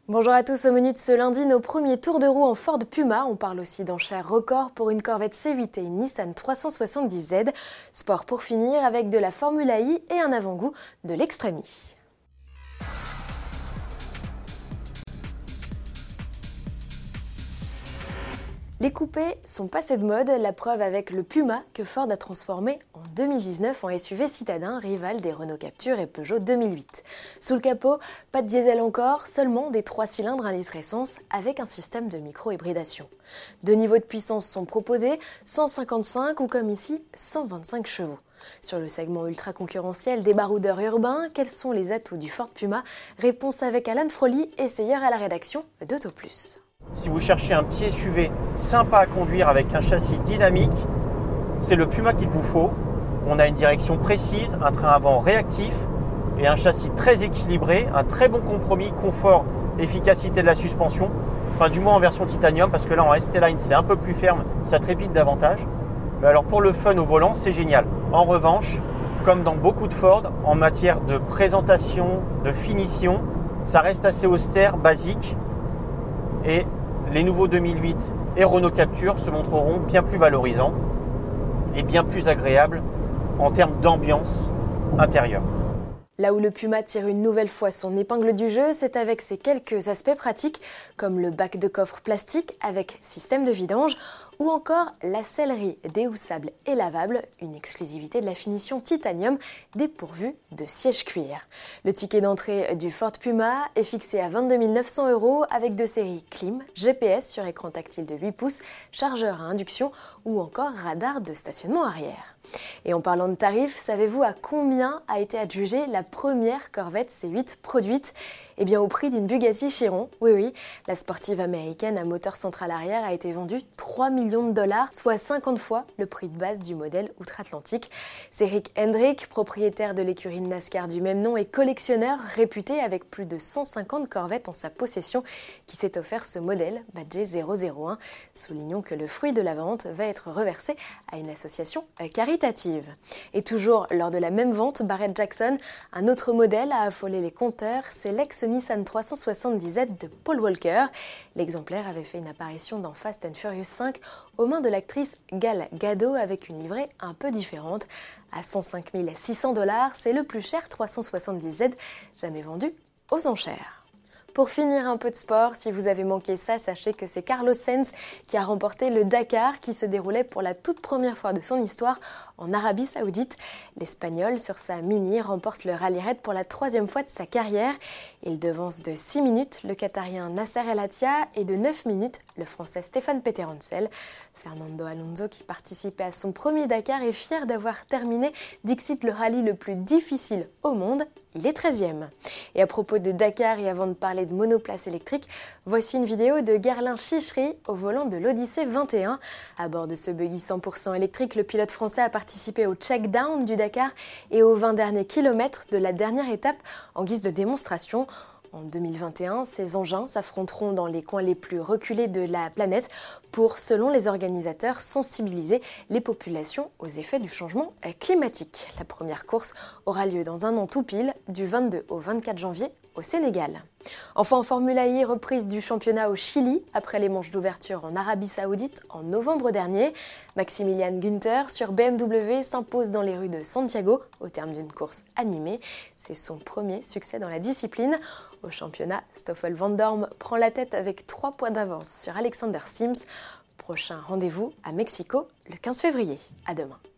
Bonjour à tous, au menu de ce lundi, nos premiers tours de roue en Ford Puma. On parle aussi d'enchères records pour une Corvette C8 et une Nissan 370Z. Sport pour finir avec de la Formule I et un avant-goût de l'Extreme-E. Les coupés sont passés de mode, la preuve avec le Puma que Ford a transformé en 2019 en SUV citadin, rival des Renault Captur et Peugeot 2008. Sous le capot, pas de diesel encore, seulement des 3 cylindres 1 litre essence avec un système de micro-hybridation. Deux niveaux de puissance sont proposés, 155 ou comme ici, 125 chevaux. Sur le segment ultra concurrentiel des baroudeurs urbains, quels sont les atouts du Ford Puma? Réponse avec Alan Froly, essayeur à la rédaction d'AutoPlus. Si vous cherchez un petit SUV sympa à conduire avec un châssis dynamique, c'est le Puma qu'il vous faut. On a une direction précise, un train avant réactif et un châssis très équilibré, un très bon compromis, confort, efficacité de la suspension. Enfin, du moins en version titanium, parce que là en ST-Line c'est un peu plus ferme, ça trépide davantage. Mais alors pour le fun au volant, c'est génial. En revanche, comme dans beaucoup de Ford, en matière de présentation, de finition, ça reste assez austère, basique. Et les nouveaux 2008 et Renault Captur se montreront bien plus valorisants et bien plus agréables en termes d'ambiance intérieure. Là où le Puma tire une nouvelle fois son épingle du jeu, c'est avec ses quelques aspects pratiques, comme le bac de coffre plastique avec système de vidange, ou encore la sellerie déhoussable et lavable, une exclusivité de la finition titanium dépourvue de siège cuir. Le ticket d'entrée du Ford Puma est fixé à 22 900 € avec deux séries clim, GPS sur écran tactile de 8 pouces, chargeur à induction ou encore radar de stationnement arrière. Et en parlant de tarifs, savez-vous à combien a été adjugée la première Corvette C8 produite? Eh bien au prix d'une Bugatti Chiron, oui, la sportive américaine à moteur central arrière a été vendue 3 millions de $, soit 50 fois le prix de base du modèle outre-Atlantique. C'est Rick Hendrick, propriétaire de l'écurie de NASCAR du même nom et collectionneur réputé avec plus de 150 Corvettes en sa possession, qui s'est offert ce modèle badgé 001. Soulignons que le fruit de la vente va être reversé à une association caritative. Et toujours lors de la même vente, Barrett Jackson, un autre modèle a affolé les compteurs, c'est l'ex-Nissan 370Z de Paul Walker. L'exemplaire avait fait une apparition dans Fast and Furious 5 aux mains de l'actrice Gal Gadot avec une livrée un peu différente. À 105 600 $, c'est le plus cher 370Z jamais vendu aux enchères. Pour finir, un peu de sport. Si vous avez manqué ça, sachez que c'est Carlos Sainz qui a remporté le Dakar qui se déroulait pour la toute première fois de son histoire en Arabie Saoudite. L'Espagnol, sur sa Mini, remporte le Rallye Raid pour la 3e fois de sa carrière. Il devance de 6 minutes le Qatarien Nasser El Attiyah et de 9 minutes le Français Stéphane Peterhansel. Fernando Alonso, qui participait à son premier Dakar, est fier d'avoir terminé, dixit, le rallye le plus difficile au monde. Il est 13e. Et à propos de Dakar et avant de parler de monoplace électrique, voici une vidéo de Guerlain Chichery au volant de l'Odyssée 21. À bord de ce buggy 100% électrique, le pilote français a participé au check-down du Dakar et aux 20 derniers kilomètres de la dernière étape en guise de démonstration. En 2021, ces engins s'affronteront dans les coins les plus reculés de la planète pour, selon les organisateurs, sensibiliser les populations aux effets du changement climatique. La première course aura lieu dans un an tout pile, du 22 au 24 janvier au Sénégal. Enfin, en Formule I, reprise du championnat au Chili après les manches d'ouverture en Arabie Saoudite en novembre dernier. Maximilian Günther sur BMW s'impose dans les rues de Santiago au terme d'une course animée. C'est son premier succès dans la discipline. Au championnat, Stoffel Vandoorne prend la tête avec 3 points d'avance sur Alexander Sims. Prochain rendez-vous à Mexico le 15 février. À demain.